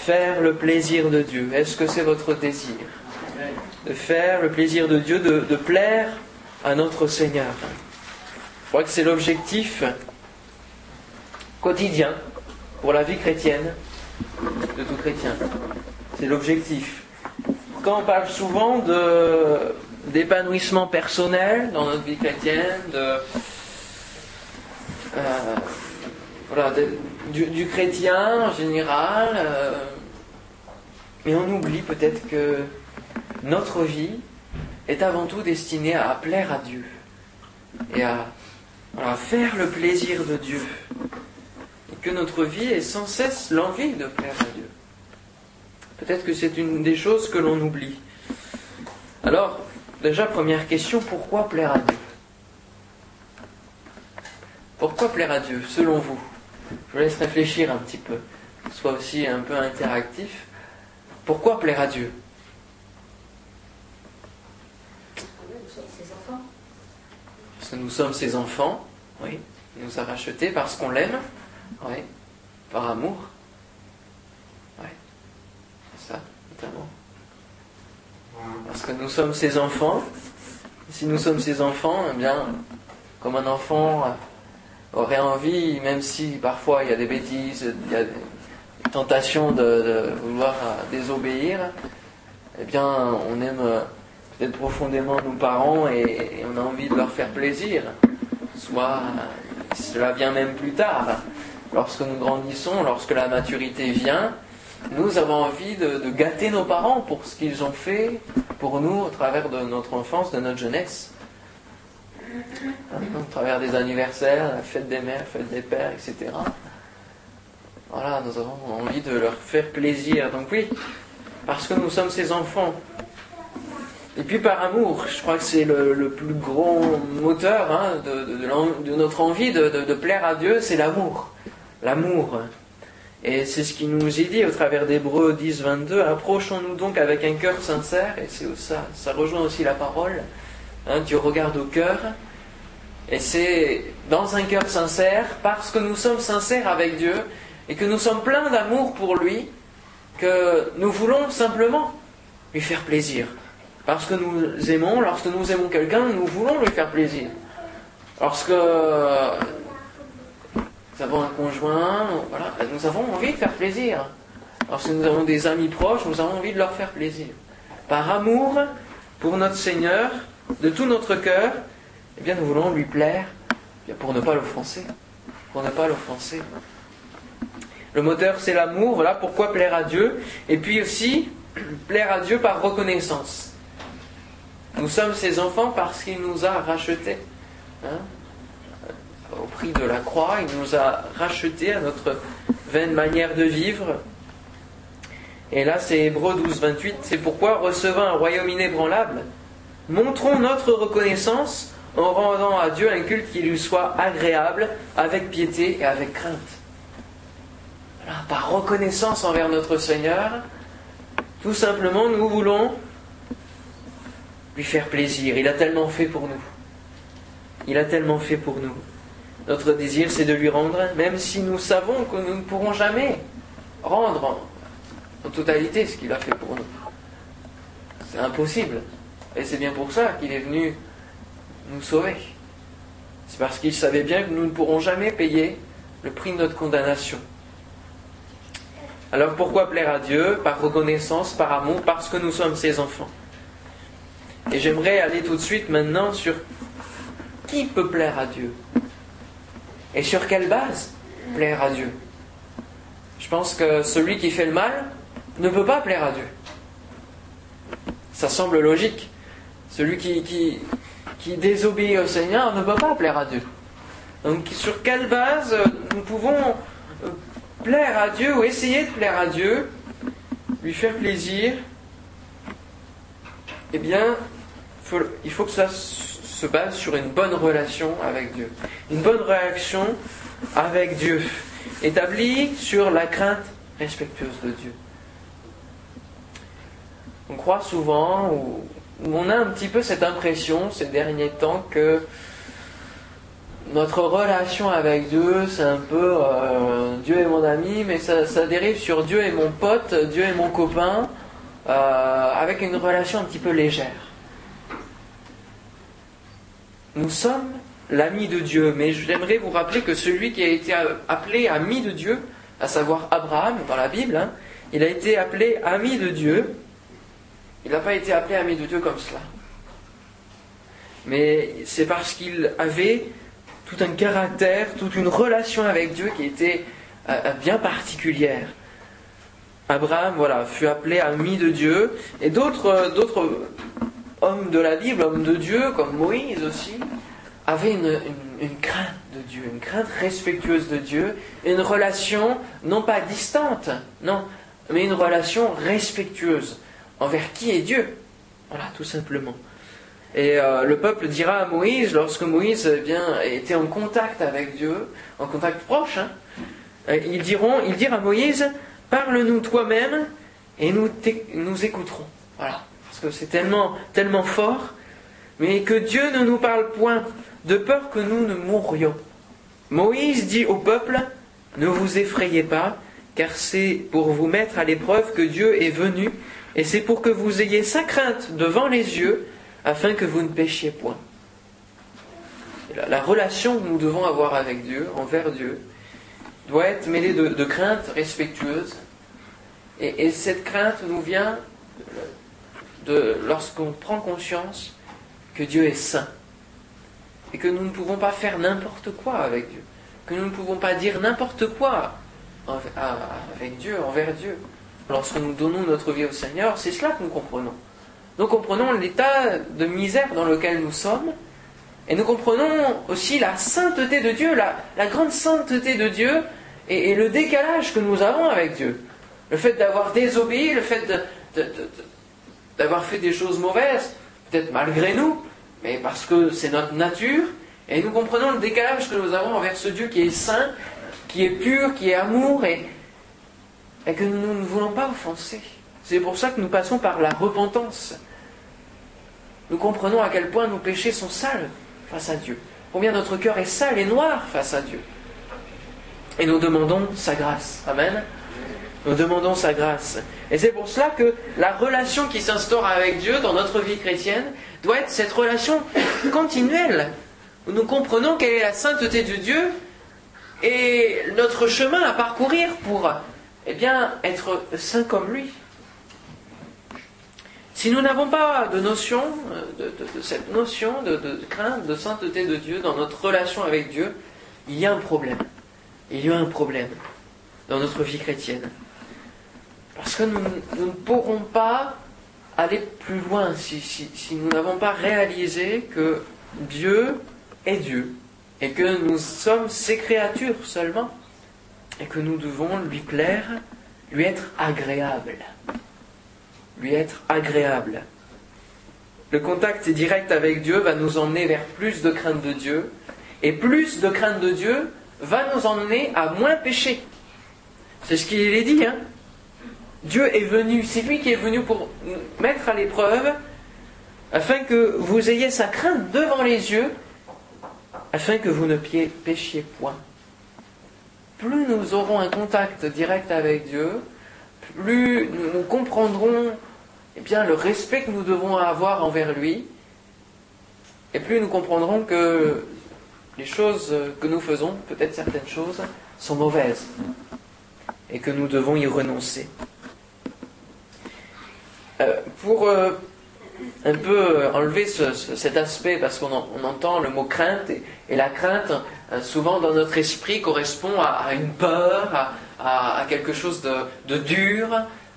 faire le plaisir de Dieu. Est-ce que c'est votre désir? De faire le plaisir de Dieu, de plaire à notre Seigneur. Je crois que c'est l'objectif quotidien pour la vie chrétienne de tout chrétien. C'est l'objectif. Quand on parle souvent d'épanouissement personnel dans notre vie chrétienne, du chrétien en général, mais on oublie peut-être que notre vie est avant tout destinée à plaire à Dieu et à faire le plaisir de Dieu, et que notre vie est sans cesse l'envie de plaire à Dieu. Peut-être que c'est une des choses que l'on oublie. Alors, déjà, première question, pourquoi plaire à Dieu? Pourquoi plaire à Dieu, selon vous? Je vous laisse réfléchir un petit peu, que ce soit aussi un peu interactif. Pourquoi plaire à Dieu? Parce que nous sommes ses enfants, oui. Il nous a rachetés parce qu'on l'aime, oui. Par amour. Oui. C'est ça, notamment. Parce que nous sommes ses enfants. Si nous sommes ses enfants, eh bien, comme un enfant aurait envie, même si parfois il y a des bêtises, il y a des tentations de vouloir désobéir, eh bien, on aime peut-être profondément nos parents et on a envie de leur faire plaisir. Soit cela vient même plus tard. Lorsque nous grandissons, lorsque la maturité vient, nous avons envie de gâter nos parents pour ce qu'ils ont fait pour nous au travers de notre enfance, de notre jeunesse. Au travers des anniversaires, la fête des mères, la fête des pères, etc. Voilà, nous avons envie de leur faire plaisir. Donc oui, parce que nous sommes ses enfants. Et puis par amour, je crois que c'est le plus gros moteur de notre envie de plaire à Dieu, c'est l'amour. L'amour. Et c'est ce qui nous est dit au travers d'Hébreux 10, 22. Approchons-nous donc avec un cœur sincère, et c'est ça rejoint aussi la parole. Dieu regarde au cœur, et c'est dans un cœur sincère, parce que nous sommes sincères avec Dieu, et que nous sommes pleins d'amour pour lui, que nous voulons simplement lui faire plaisir. Parce que nous aimons, lorsque nous aimons quelqu'un, nous voulons lui faire plaisir. Lorsque nous avons un conjoint, voilà, nous avons envie de faire plaisir. Lorsque nous avons des amis proches, nous avons envie de leur faire plaisir. Par amour pour notre Seigneur, de tout notre cœur, eh bien nous voulons lui plaire, pour ne pas l'offenser. Pour ne pas l'offenser. Le moteur, c'est l'amour. Voilà pourquoi plaire à Dieu. Et puis aussi, plaire à Dieu par reconnaissance. Nous sommes ses enfants parce qu'il nous a rachetés. Au prix de la croix, il nous a rachetés à notre vaine manière de vivre. Et là, c'est Hébreux 12, 28. C'est pourquoi, recevant un royaume inébranlable, montrons notre reconnaissance en rendant à Dieu un culte qui lui soit agréable, avec piété et avec crainte. Voilà, par reconnaissance envers notre Seigneur, tout simplement, nous voulons lui faire plaisir. Il a tellement fait pour nous. Il a tellement fait pour nous. Notre désir, c'est de lui rendre, même si nous savons que nous ne pourrons jamais rendre en totalité ce qu'il a fait pour nous. C'est impossible. Et c'est bien pour ça qu'il est venu nous sauver. C'est parce qu'il savait bien que nous ne pourrons jamais payer le prix de notre condamnation. Alors pourquoi plaire à Dieu? Par reconnaissance, par amour, parce que nous sommes ses enfants. Et j'aimerais aller tout de suite maintenant sur qui peut plaire à Dieu. Et sur quelle base plaire à Dieu? Je pense que celui qui fait le mal ne peut pas plaire à Dieu. Ça semble logique. Celui qui désobéit au Seigneur ne peut pas plaire à Dieu. Donc sur quelle base nous pouvons plaire à Dieu ou essayer de plaire à Dieu, lui faire plaisir? Eh bien, il faut que ça se base sur une bonne relation avec Dieu. Une bonne relation avec Dieu, établie sur la crainte respectueuse de Dieu. On croit souvent, ou on a un petit peu cette impression ces derniers temps que notre relation avec Dieu, c'est un peu Dieu est mon ami, mais ça dérive sur Dieu est mon pote, Dieu est mon copain, avec une relation un petit peu légère. Nous sommes l'ami de Dieu, mais j'aimerais vous rappeler que celui qui a été appelé ami de Dieu, à savoir Abraham dans la Bible, il a été appelé ami de Dieu. Il n'a pas été appelé ami de Dieu comme cela. Mais c'est parce qu'il avait tout un caractère, toute une relation avec Dieu qui était bien particulière. Abraham, fut appelé ami de Dieu, et d'autres hommes de la Bible, hommes de Dieu, comme Moïse aussi, avaient une crainte de Dieu, une crainte respectueuse de Dieu, une relation non pas distante, non, mais une relation respectueuse envers qui est Dieu. Voilà, tout simplement. Et le peuple dira à Moïse, lorsque Moïse était en contact avec Dieu, en contact proche, ils dirent à Moïse, parle-nous toi-même et nous écouterons. Voilà, parce que c'est tellement fort, mais que Dieu ne nous parle point, de peur que nous ne mourions. Moïse dit au peuple, ne vous effrayez pas, car c'est pour vous mettre à l'épreuve que Dieu est venu, et c'est pour que vous ayez sa crainte devant les yeux, afin que vous ne péchiez point. La relation que nous devons avoir avec Dieu, envers Dieu, doit être mêlée de crainte respectueuse. Et cette crainte nous vient lorsqu'on prend conscience que Dieu est saint. Et que nous ne pouvons pas faire n'importe quoi avec Dieu. Que nous ne pouvons pas dire n'importe quoi avec Dieu, envers Dieu. Lorsque nous donnons notre vie au Seigneur, c'est cela que nous comprenons. Nous comprenons l'état de misère dans lequel nous sommes, et nous comprenons aussi la sainteté de Dieu, la grande sainteté de Dieu, et le décalage que nous avons avec Dieu. Le fait d'avoir désobéi, le fait d'avoir fait des choses mauvaises, peut-être malgré nous, mais parce que c'est notre nature, et nous comprenons le décalage que nous avons envers ce Dieu qui est saint, qui est pur, qui est amour, et que nous ne voulons pas offenser. C'est pour ça que nous passons par la repentance. Nous comprenons à quel point nos péchés sont sales face à Dieu. Combien notre cœur est sale et noir face à Dieu. Et nous demandons sa grâce. Amen. Nous demandons sa grâce. Et c'est pour cela que la relation qui s'instaure avec Dieu dans notre vie chrétienne doit être cette relation continuelle, où nous comprenons quelle est la sainteté de Dieu et notre chemin à parcourir pour être saint comme lui. Si nous n'avons pas de notion, de cette notion de crainte, de sainteté de Dieu dans notre relation avec Dieu, il y a un problème. Il y a un problème dans notre vie chrétienne. Parce que nous ne pourrons pas aller plus loin si nous n'avons pas réalisé que Dieu est Dieu et que nous sommes ses créatures seulement et que nous devons lui plaire, lui être agréable. Lui être agréable. Le contact direct avec Dieu va nous emmener vers plus de crainte de Dieu, et plus de crainte de Dieu va nous emmener à moins pécher. C'est ce qu'il est dit, Dieu est venu, c'est lui qui est venu pour nous mettre à l'épreuve, afin que vous ayez sa crainte devant les yeux, afin que vous ne péchiez point. Plus nous aurons un contact direct avec Dieu, plus nous comprendrons le respect que nous devons avoir envers lui, et plus nous comprendrons que les choses que nous faisons, peut-être certaines choses, sont mauvaises, et que nous devons y renoncer. Pour un peu enlever cet aspect, parce qu'on entend le mot crainte, et la crainte, souvent dans notre esprit, correspond à une peur, à quelque chose de dur,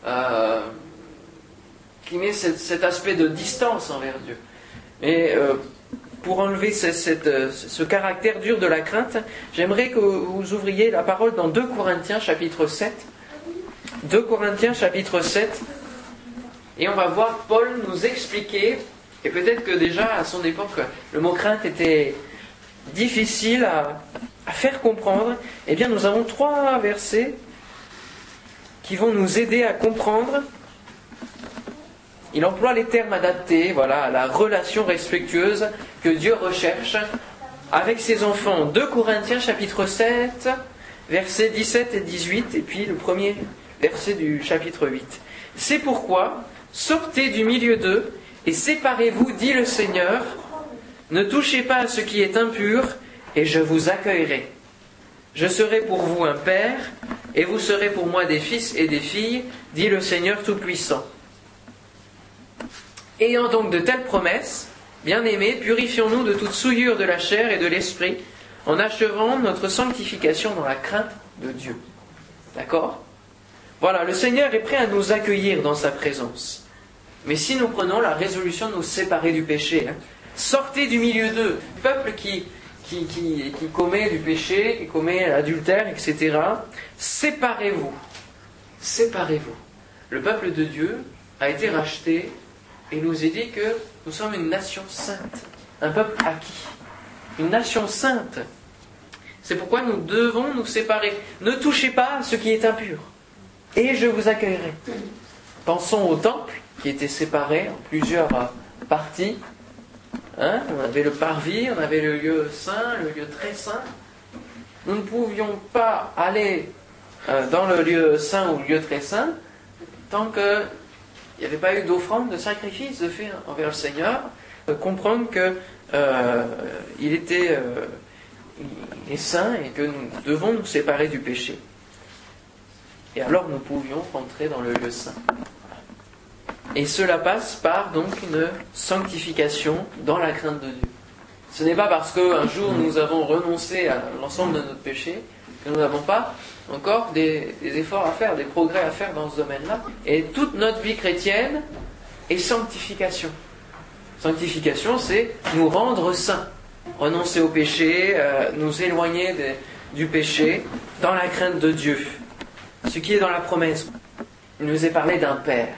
qui met cet aspect de distance envers Dieu. Mais pour enlever ce caractère dur de la crainte, j'aimerais que vous ouvriez la parole dans 2 Corinthiens chapitre 7. 2 Corinthiens chapitre 7. Et on va voir Paul nous expliquer, et peut-être que déjà à son époque, le mot crainte était difficile à faire comprendre. Eh bien, nous avons 3 versets qui vont nous aider à comprendre. Il emploie les termes adaptés, à la relation respectueuse que Dieu recherche avec ses enfants. 2 Corinthiens chapitre 7, versets 17 et 18, et puis le premier verset du chapitre 8. C'est pourquoi, sortez du milieu d'eux et séparez-vous, dit le Seigneur, ne touchez pas à ce qui est impur, et je vous accueillerai. Je serai pour vous un père, et vous serez pour moi des fils et des filles, dit le Seigneur Tout-Puissant. Ayant donc de telles promesses, bien-aimés, purifions-nous de toute souillure de la chair et de l'esprit, en achevant notre sanctification dans la crainte de Dieu. D'accord ? Voilà, le Seigneur est prêt à nous accueillir dans sa présence. Mais si nous prenons la résolution de nous séparer du péché, sortez du milieu d'eux, peuple qui commet du péché, qui commet l'adultère, etc. Séparez-vous. Séparez-vous. Le peuple de Dieu a été racheté et nous est dit que nous sommes une nation sainte, un peuple acquis, une nation sainte. C'est pourquoi nous devons nous séparer. Ne touchez pas à ce qui est impur, et je vous accueillerai. Pensons au temple qui était séparé en plusieurs parties. On avait le parvis, on avait le lieu saint, le lieu très saint. Nous ne pouvions pas aller dans le lieu saint ou le lieu très saint tant qu'il n'y avait pas eu d'offrande, de sacrifice de fait envers le Seigneur. Comprendre qu'il est saint et que nous devons nous séparer du péché. Et alors nous pouvions rentrer dans le lieu saint. Et cela passe par donc une sanctification dans la crainte de Dieu. Ce n'est pas parce qu'un jour nous avons renoncé à l'ensemble de notre péché que nous n'avons pas encore des efforts à faire, des progrès à faire dans ce domaine-là. Et toute notre vie chrétienne est sanctification. Sanctification, c'est nous rendre saints, renoncer au péché, nous éloigner du péché dans la crainte de Dieu. Ce qui est dans la promesse. Il nous est parlé d'un Père.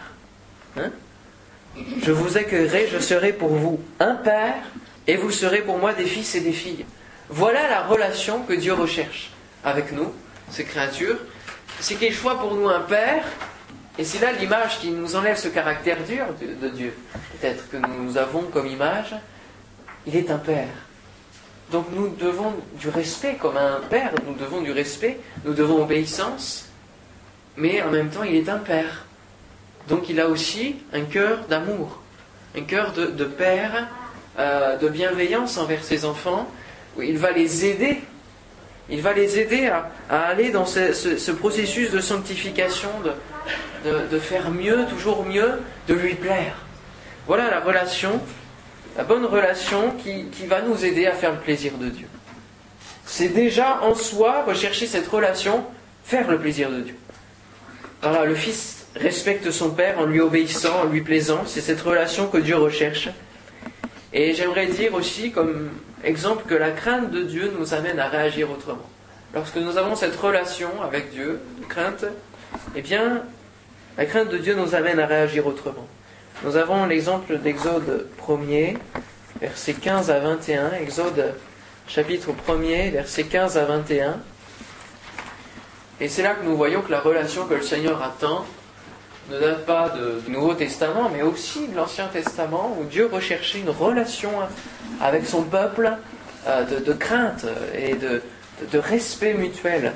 Je vous accueillerai, je serai pour vous un père, et vous serez pour moi des fils et des filles. Voilà la relation que Dieu recherche avec nous, ces créatures. C'est qu'il soit pour nous un père, et c'est là l'image qui nous enlève ce caractère dur de Dieu. Peut-être que nous avons comme image, il est un père. Donc nous devons du respect comme un père, nous devons du respect, nous devons obéissance, mais en même temps il est un père. Donc il a aussi un cœur d'amour, un cœur de père, de bienveillance envers ses enfants, où il va les aider. Il va les aider à aller dans ce processus de sanctification, de faire mieux, toujours mieux, de lui plaire. Voilà la relation, la bonne relation qui va nous aider à faire le plaisir de Dieu. C'est déjà en soi, rechercher cette relation, faire le plaisir de Dieu. Voilà, le Fils respecte son Père en lui obéissant, en lui plaisant. C'est cette relation que Dieu recherche. Et j'aimerais dire aussi comme exemple que la crainte de Dieu nous amène à réagir autrement. Lorsque nous avons cette relation avec Dieu, de crainte, eh bien, la crainte de Dieu nous amène à réagir autrement. Nous avons l'exemple d'Exode 1er, versets 15 à 21. Exode chapitre 1er, versets 15 à 21. Et c'est là que nous voyons que la relation que le Seigneur attend ne date pas du Nouveau Testament, mais aussi de l'Ancien Testament, où Dieu recherchait une relation avec son peuple de crainte et de respect mutuel.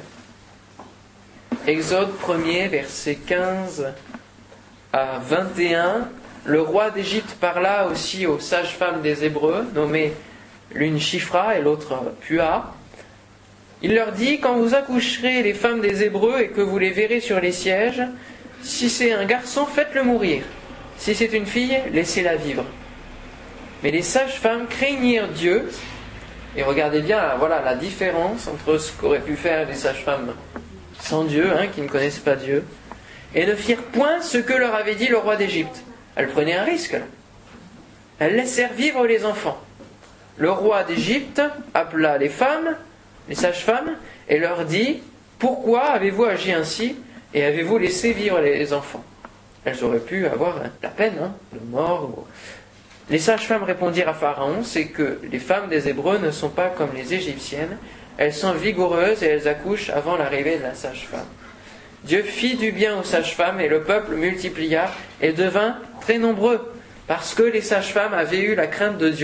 Exode 1er, versets 15 à 21. Le roi d'Égypte parla aussi aux sages-femmes des Hébreux, nommées l'une Shifra et l'autre Pua. Il leur dit, quand vous accoucherez les femmes des Hébreux et que vous les verrez sur les sièges, si c'est un garçon, faites-le mourir. Si c'est une fille, laissez-la vivre. Mais les sages-femmes craignirent Dieu, et regardez bien, voilà la différence entre ce qu'auraient pu faire les sages-femmes sans Dieu, qui ne connaissent pas Dieu, et ne firent point ce que leur avait dit le roi d'Égypte. Elles prenaient un risque, là. Elles laissèrent vivre les enfants. Le roi d'Égypte appela les femmes, les sages-femmes, et leur dit, pourquoi avez-vous agi ainsi et avez-vous laissé vivre les enfants? Elles auraient pu avoir la peine, de mort. Les sages-femmes répondirent à Pharaon, c'est que les femmes des Hébreux ne sont pas comme les Égyptiennes, elles sont vigoureuses et elles accouchent avant l'arrivée de la sage-femme. Dieu fit du bien aux sages-femmes et le peuple multiplia et devint très nombreux, parce que les sages-femmes avaient eu la crainte de Dieu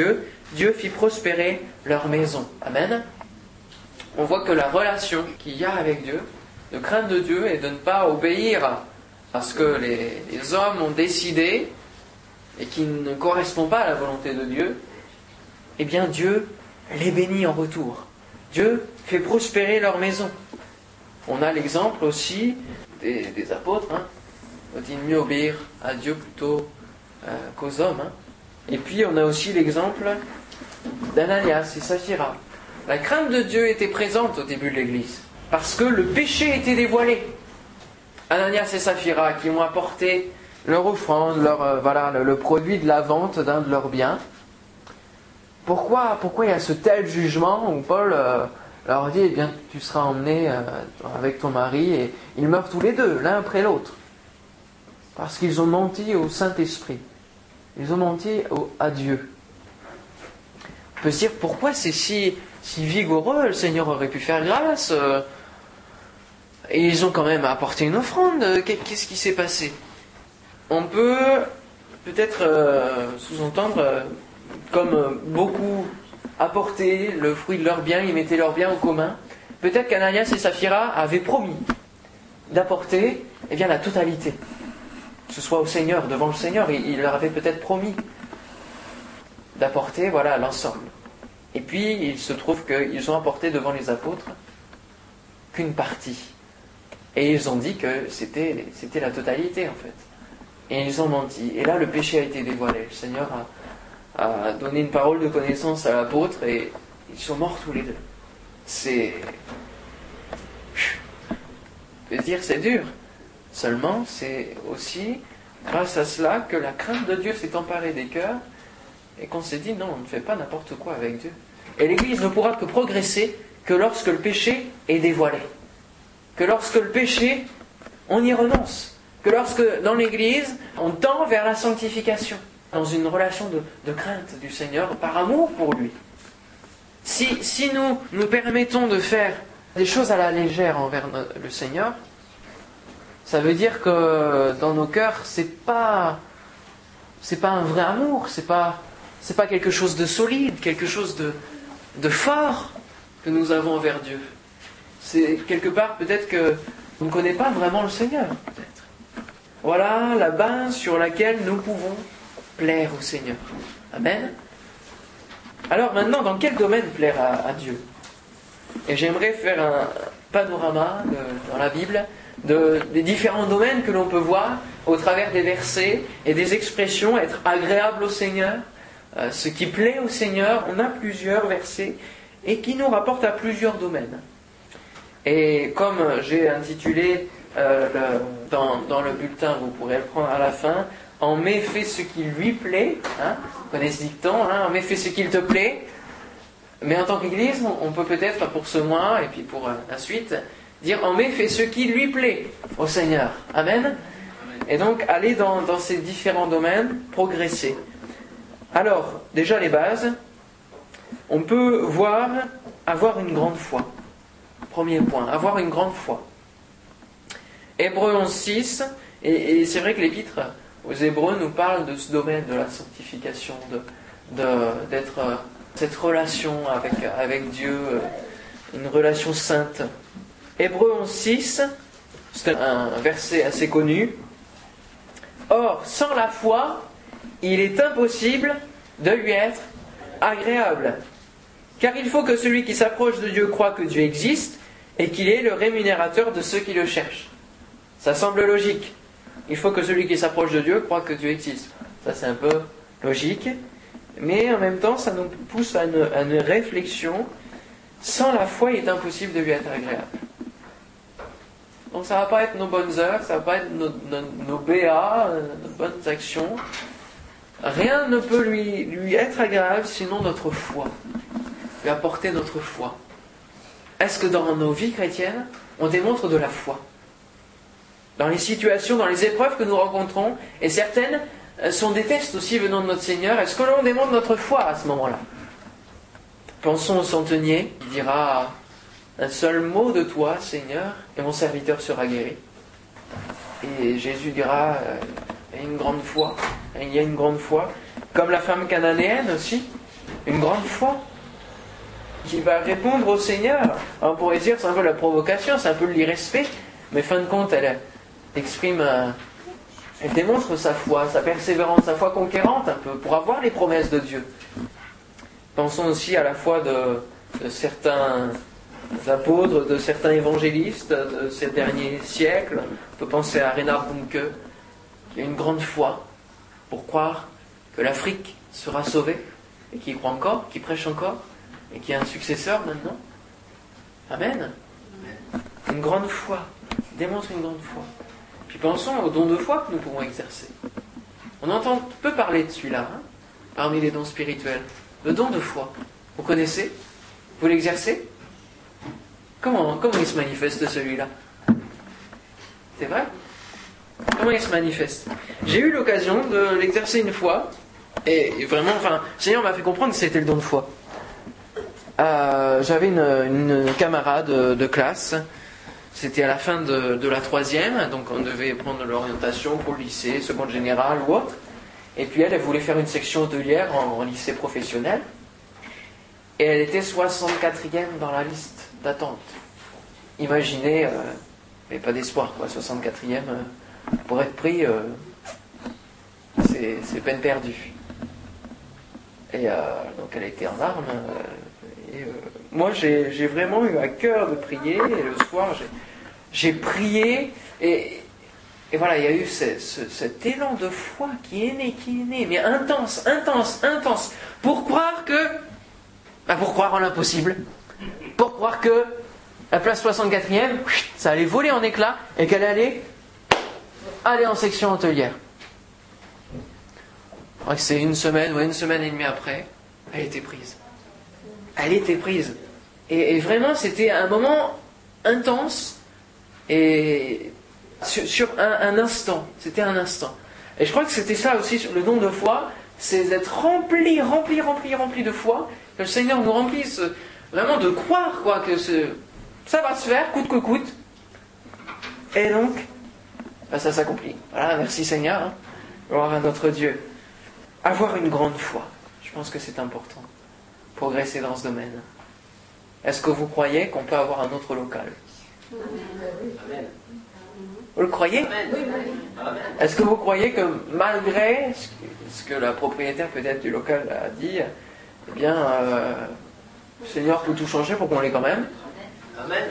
Dieu fit prospérer leur maison. Amen. On voit que la relation qu'il y a avec Dieu, de crainte de Dieu et de ne pas obéir à ce que les hommes ont décidé et qui ne correspond pas à la volonté de Dieu, eh bien Dieu les bénit en retour. Dieu fait prospérer leur maison. On a l'exemple aussi des apôtres. Faut-il mieux obéir à Dieu plutôt qu'aux hommes. Et puis on a aussi l'exemple d'Ananias et Saphira. La crainte de Dieu était présente au début de l'Église, parce que le péché était dévoilé. Ananias et Saphira qui ont apporté leur offrande, le produit de la vente d'un de leurs biens. Pourquoi il y a ce tel jugement où Paul leur dit, eh bien, tu seras emmené avec ton mari, et ils meurent tous les deux, l'un après l'autre. Parce qu'ils ont menti au Saint-Esprit. Ils ont menti à Dieu. On peut se dire, pourquoi c'est si vigoureux, le Seigneur aurait pu faire grâce, et ils ont quand même apporté une offrande, qu'est-ce qui s'est passé? On peut peut-être sous-entendre, comme beaucoup apportaient le fruit de leurs biens, ils mettaient leurs biens en commun, peut-être qu'Ananias et Saphira avaient promis d'apporter la totalité, que ce soit au Seigneur, devant le Seigneur, il leur avait peut-être promis d'apporter l'ensemble. Et puis il se trouve qu'ils ont apporté devant les apôtres qu'une partie. Et ils ont dit que c'était la totalité en fait. Et ils ont menti. Et là le péché a été dévoilé. Le Seigneur a donné une parole de connaissance à l'apôtre et ils sont morts tous les deux. Je veux dire, c'est dur. Seulement, c'est aussi grâce à cela que la crainte de Dieu s'est emparée des cœurs et qu'on s'est dit, non, on ne fait pas n'importe quoi avec Dieu. Et l'Église ne pourra que progresser que lorsque le péché est dévoilé. Que lorsque le péché, on y renonce. Que lorsque, dans l'Église, on tend vers la sanctification. Dans une relation de crainte du Seigneur, par amour pour lui. Si nous permettons de faire des choses à la légère envers le Seigneur, ça veut dire que dans nos cœurs, c'est pas un vrai amour, c'est pas quelque chose de solide, quelque chose de fort que nous avons envers Dieu. C'est quelque part peut-être que on ne connaît pas vraiment le Seigneur, peut-être. Voilà la base sur laquelle nous pouvons plaire au Seigneur. Amen. Alors maintenant, dans quel domaine plaire à Dieu? Et j'aimerais faire un panorama dans la Bible des différents domaines que l'on peut voir au travers des versets et des expressions, être agréable au Seigneur, ce qui plaît au Seigneur. On a plusieurs versets et qui nous rapportent à plusieurs domaines. Et comme j'ai intitulé dans le bulletin, vous pourrez le prendre à la fin, en mai fais ce qui lui plaît, vous connaissez ce dicton, en mai fais ce qu'il te plaît. Mais en tant qu'Église, on peut peut-être pour ce mois et puis pour la suite dire en mai fais ce qui lui plaît au Seigneur. Amen. Et donc aller dans ces différents domaines, progresser. Alors déjà les bases, on peut avoir une grande foi. Premier point, avoir une grande foi. Hébreux 11.6, et c'est vrai que l'épître aux Hébreux nous parle de ce domaine de la sanctification, d'être cette relation avec Dieu, une relation sainte. Hébreux 11.6, c'est un verset assez connu. Or, sans la foi, il est impossible de lui être agréable. Car il faut que celui qui s'approche de Dieu croie que Dieu existe et qu'il est le rémunérateur de ceux qui le cherchent. Ça semble logique. Il faut que celui qui s'approche de Dieu croie que Dieu existe. Ça c'est un peu logique. Mais en même temps, ça nous pousse à une réflexion. Sans la foi, il est impossible de lui être agréable. Donc ça ne va pas être nos bonnes heures, ça ne va pas être nos BA, nos bonnes actions. Rien ne peut lui être agréable sinon notre foi. Lui apporter notre foi. Est-ce que dans nos vies chrétiennes, on démontre de la foi? Dans les situations, dans les épreuves que nous rencontrons, et certaines sont des tests aussi venant de notre Seigneur, est-ce que l'on démontre notre foi à ce moment-là? Pensons au centenier qui dira un seul mot de toi, Seigneur, et mon serviteur sera guéri. Et Jésus dira il y a une grande foi, comme la femme cananéenne aussi, une grande foi qui va répondre au Seigneur. Alors on pourrait dire c'est un peu la provocation, c'est un peu l'irrespect, mais fin de compte elle exprime, elle démontre sa foi, sa persévérance, sa foi conquérante un peu, pour avoir les promesses de Dieu. Pensons aussi à la foi de certains apôtres, de certains évangélistes de ces derniers siècles. On peut penser à Reinhard Bonnke, qui a une grande foi pour croire que l'Afrique sera sauvée, et qui y croit encore, qui prêche encore, et qui a un successeur maintenant. Amen. Une grande foi, démontre une grande foi. Puis pensons au don de foi que nous pouvons exercer. On entend peu parler de celui-là, parmi les dons spirituels. Le don de foi, vous connaissez? Vous l'exercez? Comment il se manifeste celui-là? C'est vrai? Comment il se manifeste? J'ai eu l'occasion de l'exercer une fois, et vraiment, le Seigneur m'a fait comprendre que c'était le don de foi. J'avais une camarade de classe, c'était à la fin de la 3e, donc on devait prendre l'orientation pour le lycée, seconde générale ou autre. Et puis elle voulait faire une section hôtelière en lycée professionnel. Et elle était 64e dans la liste d'attente. Imaginez, mais pas d'espoir quoi, 64e, pour être pris, c'est peine perdue. Et donc elle était en larmes. Moi j'ai vraiment eu à cœur de prier, et le soir j'ai prié, et voilà, il y a eu cet élan de foi qui est né, mais intense, pour croire pour croire en l'impossible, pour croire que la place 64e, ça allait voler en éclats, et qu'elle allait aller en section hôtelière. Je crois que c'est une semaine et demie après, elle était prise. Et vraiment, c'était un moment intense, et sur un instant. C'était un instant. Et je crois que c'était ça aussi, le don de foi, c'est d'être rempli de foi, que le Seigneur nous remplisse vraiment de croire que ça va se faire, coûte que coûte. Et donc, ça s'accomplit. Voilà, merci Seigneur. Gloire à notre Dieu. Avoir une grande foi, je pense que c'est important. Progresser dans ce domaine. Est-ce que vous croyez qu'on peut avoir un autre local? Amen. Vous le croyez? Amen. Est-ce que vous croyez que malgré ce que la propriétaire peut-être du local a dit, eh bien, le Seigneur peut tout changer pour qu'on l'ait quand même? Amen.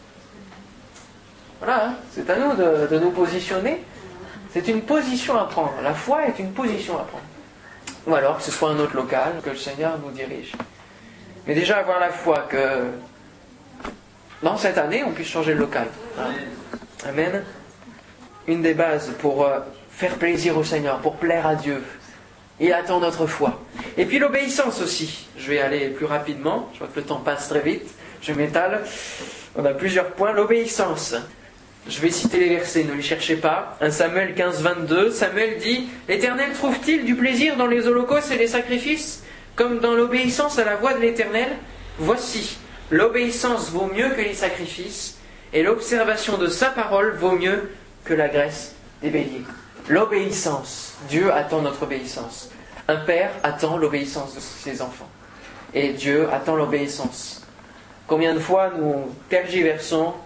Voilà, c'est à nous de nous positionner. C'est une position à prendre. La foi est une position à prendre. Ou alors que ce soit un autre local, que le Seigneur nous dirige. Mais déjà avoir la foi que dans cette année, on puisse changer le local. Amen. Une des bases pour faire plaisir au Seigneur, pour plaire à Dieu. Il attend notre foi. Et puis l'obéissance aussi. Je vais aller plus rapidement. Je vois que le temps passe très vite. Je m'étale. On a plusieurs points. L'obéissance. Je vais citer les versets, ne les cherchez pas. 1 Samuel 15, 22. Samuel dit: L'Éternel trouve-t-il du plaisir dans les holocaustes et les sacrifices, comme dans l'obéissance à la voix de l'Éternel? Voici, l'obéissance vaut mieux que les sacrifices, et l'observation de sa parole vaut mieux que la graisse des béliers. L'obéissance. Dieu attend notre obéissance. Un père attend l'obéissance de ses enfants. Et Dieu attend l'obéissance. Combien de fois nous tergiversons?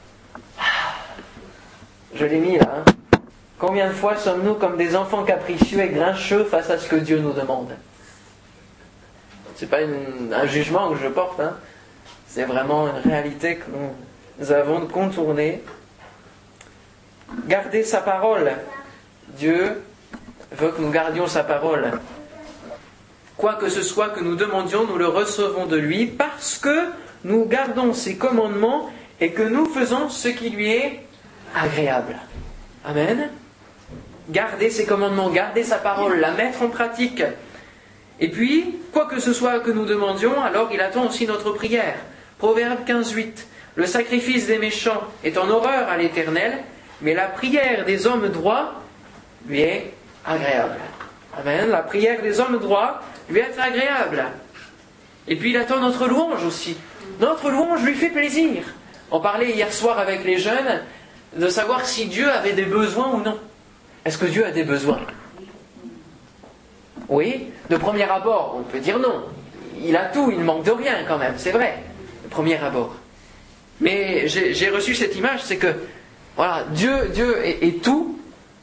Je l'ai mis là. Combien de fois sommes-nous comme des enfants capricieux et grincheux face à ce que Dieu nous demande? C'est pas un jugement que je porte, c'est vraiment une réalité que nous avons de contourner. Garder sa parole. Dieu veut que nous gardions sa parole. Quoi que ce soit que nous demandions, nous le recevons de lui parce que nous gardons ses commandements et que nous faisons ce qui lui est agréable. Amen. Garder ses commandements, garder sa parole, la mettre en pratique. Et puis, quoi que ce soit que nous demandions, alors il attend aussi notre prière. Proverbe 15, 8. Le sacrifice des méchants est en horreur à l'Éternel, mais la prière des hommes droits lui est agréable. Amen. La prière des hommes droits lui est agréable. Et puis il attend notre louange aussi. Notre louange lui fait plaisir. On parlait hier soir avec les jeunes de savoir si Dieu avait des besoins ou non. Est-ce que Dieu a des besoins? Oui. De premier abord, on peut dire non. il a tout, il ne manque de rien quand même, c'est vrai, le premier abord. Mais j'ai reçu cette image, c'est que voilà, Dieu est tout.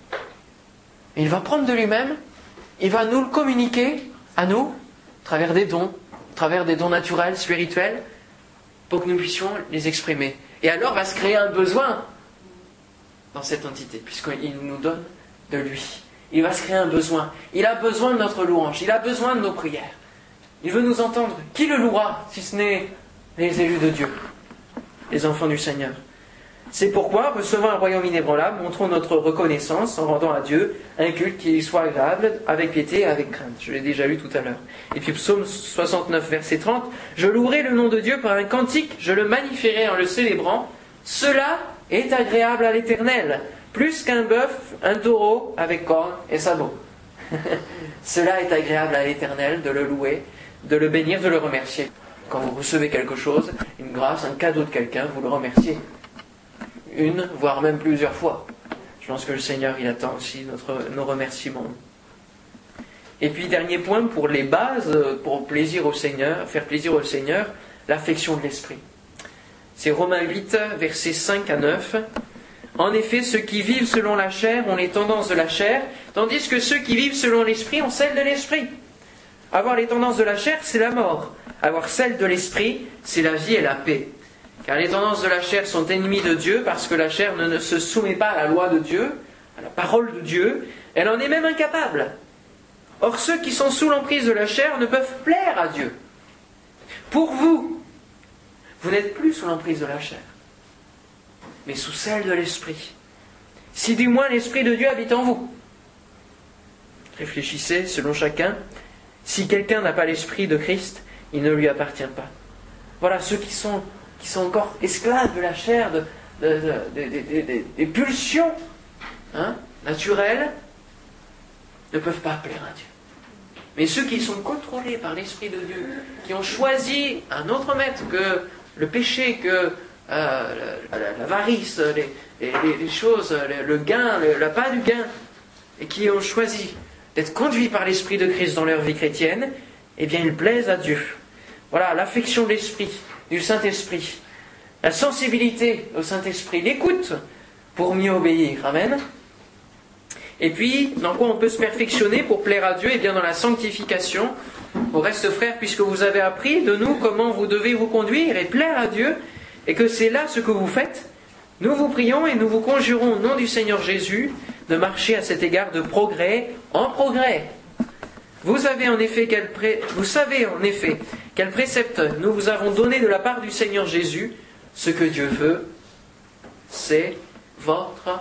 Il va prendre de lui-même, il va nous le communiquer à nous, à travers des dons naturels, spirituels, pour que nous puissions les exprimer. Et alors va se créer un besoin dans cette entité, puisqu'il nous donne de lui. Il va se créer un besoin. Il a besoin de notre louange, il a besoin de nos prières. Il veut nous entendre. Qui le louera, si ce n'est les élus de Dieu, les enfants du Seigneur? C'est pourquoi, recevant un royaume inébranlable, montrons notre reconnaissance en rendant à Dieu un culte qui lui soit agréable, avec piété et avec crainte. Je l'ai déjà lu tout à l'heure. Et puis psaume 69, verset 30, « Je louerai le nom de Dieu par un cantique, je le magnifierai en le célébrant. Cela est agréable à l'Éternel, plus qu'un bœuf, un taureau avec cornes et sabots. » Cela est agréable à l'Éternel de le louer, de le bénir, de le remercier. Quand vous recevez quelque chose, une grâce, un cadeau de quelqu'un, vous le remerciez. Une, voire même plusieurs fois. Je pense que le Seigneur, il attend aussi nos remerciements. Et puis, dernier point, pour les bases, pour plaisir au Seigneur, faire plaisir au Seigneur, l'affection de l'esprit. C'est Romains 8, versets 5 à 9. En effet, ceux qui vivent selon la chair ont les tendances de la chair, tandis que ceux qui vivent selon l'esprit ont celles de l'esprit. Avoir les tendances de la chair, c'est la mort. Avoir celles de l'esprit, c'est la vie et la paix. Car les tendances de la chair sont ennemies de Dieu, parce que la chair ne se soumet pas à la loi de Dieu, à la parole de Dieu, elle en est même incapable. Or, ceux qui sont sous l'emprise de la chair ne peuvent plaire à Dieu. Pour vous, vous n'êtes plus sous l'emprise de la chair, mais sous celle de l'esprit. Si du moins l'esprit de Dieu habite en vous. Réfléchissez, selon chacun, si quelqu'un n'a pas l'esprit de Christ, il ne lui appartient pas. Voilà, ceux qui sont encore esclaves de la chair, des pulsions naturelles, ne peuvent pas plaire à Dieu. Mais ceux qui sont contrôlés par l'Esprit de Dieu, qui ont choisi un autre maître que le péché, que l'avarice, les choses, le gain, l'appât du gain, et qui ont choisi d'être conduits par l'Esprit de Christ dans leur vie chrétienne, eh bien ils plaisent à Dieu. Voilà, l'affection de l'Esprit, du Saint-Esprit, la sensibilité au Saint-Esprit, l'écoute pour mieux obéir. Amen. Et puis, dans quoi on peut se perfectionner pour plaire à Dieu? Eh bien, dans la sanctification. Au reste, frères, puisque vous avez appris de nous comment vous devez vous conduire et plaire à Dieu, et que c'est là ce que vous faites, nous vous prions et nous vous conjurons au nom du Seigneur Jésus de marcher à cet égard de progrès en progrès. Vous savez en effet quel précepte nous vous avons donné de la part du Seigneur Jésus. Ce que Dieu veut, c'est votre...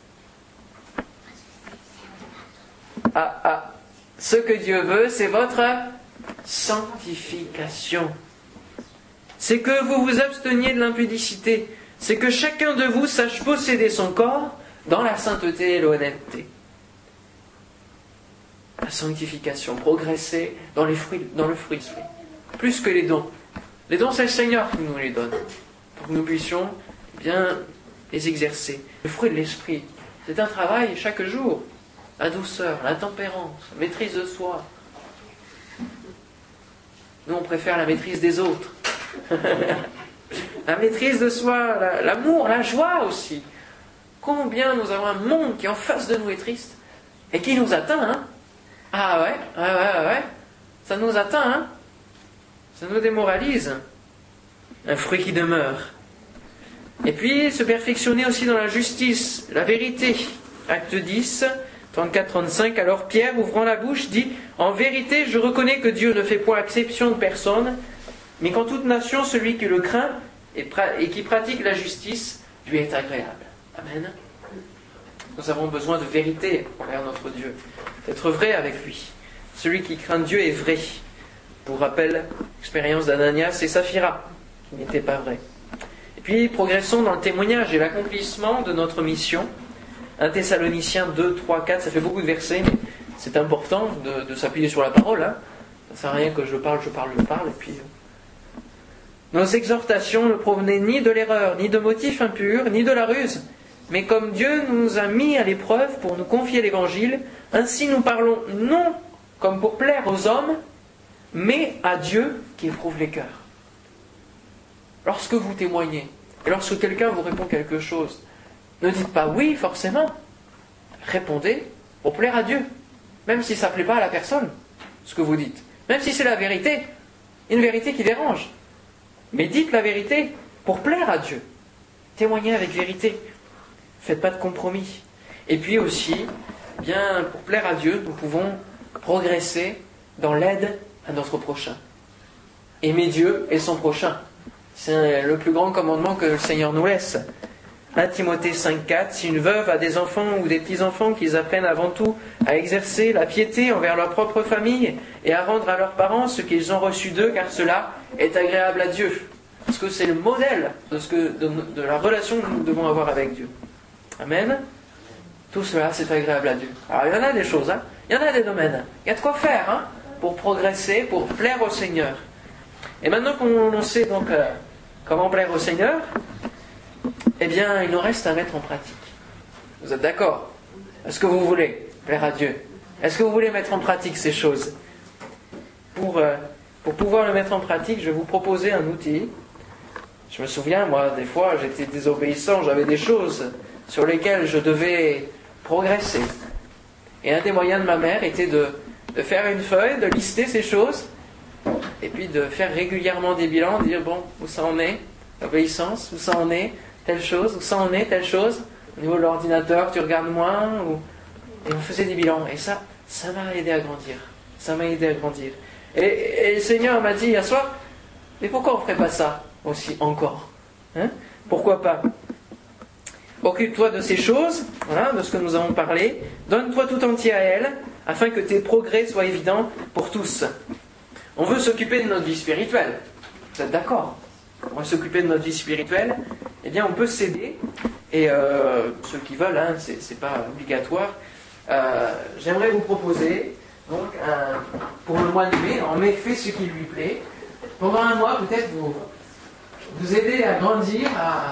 Ce que Dieu veut, c'est votre sanctification. C'est que vous vous absteniez de l'impudicité. C'est que chacun de vous sache posséder son corps dans la sainteté et l'honnêteté. La sanctification, progresser dans le fruit de l'esprit. Plus que les dons. Les dons, c'est le Seigneur qui nous les donne. Pour que nous puissions bien les exercer. Le fruit de l'esprit, c'est un travail chaque jour. La douceur, la tempérance, la maîtrise de soi. Nous, on préfère la maîtrise des autres. La maîtrise de soi, l'amour, la joie aussi. Combien nous avons un monde qui en face de nous est triste et qui nous atteint, hein? Ah ouais. Ça nous atteint, hein? Ça nous démoralise. Un fruit qui demeure. Et puis, se perfectionner aussi dans la justice, la vérité. Acte 10, 34-35. Alors Pierre, ouvrant la bouche, dit « En vérité, je reconnais que Dieu ne fait point exception de personne, mais qu'en toute nation, celui qui le craint et qui pratique la justice lui est agréable. » Amen. Nous avons besoin de vérité envers notre Dieu, d'être vrai avec lui. Celui qui craint Dieu est vrai. Pour rappel, l'expérience d'Ananias et Saphira, qui n'était pas vrai. Et puis, progressons dans le témoignage et l'accomplissement de notre mission. 1 Thessaloniciens 2, 3, 4, ça fait beaucoup de versets, mais c'est important de s'appuyer sur la parole. Hein. Ça ne sert à rien que je parle, et puis... Nos exhortations ne provenaient ni de l'erreur, ni de motifs impurs, ni de la ruse, mais comme Dieu nous a mis à l'épreuve pour nous confier l'Évangile, ainsi nous parlons non comme pour plaire aux hommes, mais à Dieu qui éprouve les cœurs. Lorsque vous témoignez, et lorsque quelqu'un vous répond quelque chose, ne dites pas oui forcément. Répondez pour plaire à Dieu, même si ça ne plaît pas à la personne, ce que vous dites. Même si c'est la vérité, une vérité qui dérange. Mais dites la vérité pour plaire à Dieu. Témoignez avec vérité. Faites pas de compromis. Et puis aussi, bien pour plaire à Dieu, nous pouvons progresser dans l'aide à notre prochain. Aimer Dieu et son prochain. C'est le plus grand commandement que le Seigneur nous laisse. 1 Timothée 5,4 Si une veuve a des enfants ou des petits-enfants, qu'ils apprennent avant tout à exercer la piété envers leur propre famille et à rendre à leurs parents ce qu'ils ont reçu d'eux, car cela est agréable à Dieu. Parce que c'est le modèle de la relation que nous devons avoir avec Dieu. Amen. Tout cela, c'est agréable à Dieu. Alors, il y en a des choses, il y en a des domaines. Il y a de quoi faire pour progresser, pour plaire au Seigneur. Et maintenant qu'on sait donc comment plaire au Seigneur, eh bien, il nous reste à mettre en pratique. Vous êtes d'accord? Est-ce que vous voulez plaire à Dieu? Est-ce que vous voulez mettre en pratique ces choses? Pour pouvoir le mettre en pratique, je vais vous proposer un outil. Je me souviens, moi, des fois, j'étais désobéissant, j'avais des choses sur lesquelles je devais progresser. Et un des moyens de ma mère était de faire une feuille, de lister ces choses, et puis de faire régulièrement des bilans, de dire, bon, où ça en est, l'obéissance, où ça en est, telle chose, où ça en est, telle chose, au niveau de l'ordinateur, tu regardes moins, et on faisait des bilans. Et ça m'a aidé à grandir. Ça m'a aidé à grandir. Et le Seigneur m'a dit hier soir, mais pourquoi on ne ferait pas ça aussi encore? Pourquoi pas? Occupe-toi de ces choses, voilà, de ce que nous avons parlé, donne-toi tout entier à elles, afin que tes progrès soient évidents pour tous. On veut s'occuper de notre vie spirituelle. Vous êtes d'accord? On veut s'occuper de notre vie spirituelle. Eh bien, on peut s'aider. Et ceux qui veulent, c'est pas obligatoire. J'aimerais vous proposer, donc, pour le mois de mai, en mai, fais ce qui lui plaît. Pendant un mois, peut-être vous aider à grandir,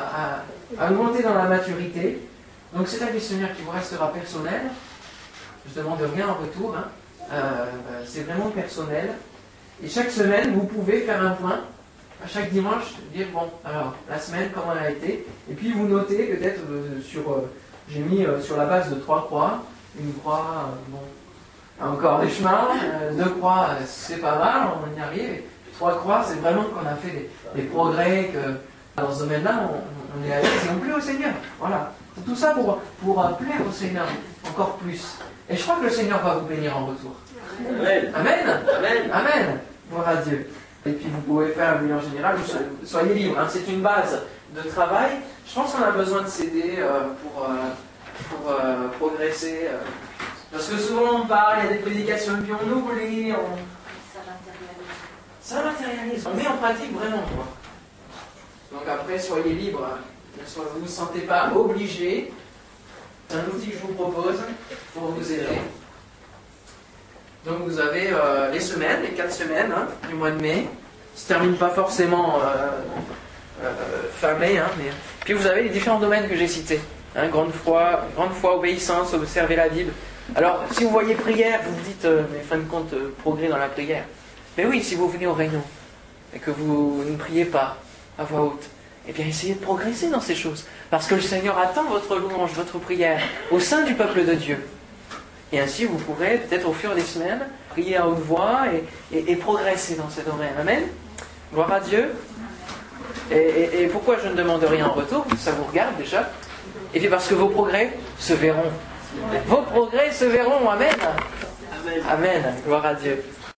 à monter dans la maturité. Donc, c'est un questionnaire qui vous restera personnel. Je ne demande rien en retour. C'est vraiment personnel. Et chaque semaine, vous pouvez faire un point. À chaque dimanche, dire, bon, alors, la semaine, comment elle a été. Et puis, vous notez peut-être j'ai mis sur la base de 3 croix. Une croix, encore des chemins. 2 croix, c'est pas mal, on y arrive. Et 3 croix, c'est vraiment qu'on a fait des progrès, que dans ce domaine-là, on est allé, et on plaît au Seigneur. Voilà. C'est tout ça pour plaire au Seigneur encore plus. Et je crois que le Seigneur va vous bénir en retour. Amen. Amen. Amen. Amen. Gloire à Dieu. Et puis vous pouvez faire un bilan général, soyez libres, c'est une base de travail. Je pense qu'on a besoin de s'aider pour progresser. Parce que souvent on parle, il y a des prédications, puis on oublie, ça matérialise. On met en pratique vraiment. Donc après, soyez libres. Vous ne vous sentez pas obligés. C'est un outil que je vous propose pour vous aider. Donc vous avez les semaines, les 4 semaines du mois de mai. Ça ne se termine pas forcément fin mai, mais puis vous avez les différents domaines que j'ai cités. Grande foi, obéissance, observer la Bible. Alors, si vous voyez prière, vous vous dites, mais fin de compte, progrès dans la prière. Mais oui, si vous venez au réunion et que vous ne priez pas à voix haute, eh bien essayez de progresser dans ces choses. Parce que le Seigneur attend votre louange, votre prière au sein du peuple de Dieu. Et ainsi, vous pourrez, peut-être au fur des semaines, prier à haute voix et progresser dans ce domaine. Amen. Gloire à Dieu. Et pourquoi je ne demande rien en retour? Ça vous regarde déjà. Et puis parce que vos progrès se verront. Vos progrès se verront. Amen. Amen. Gloire à Dieu.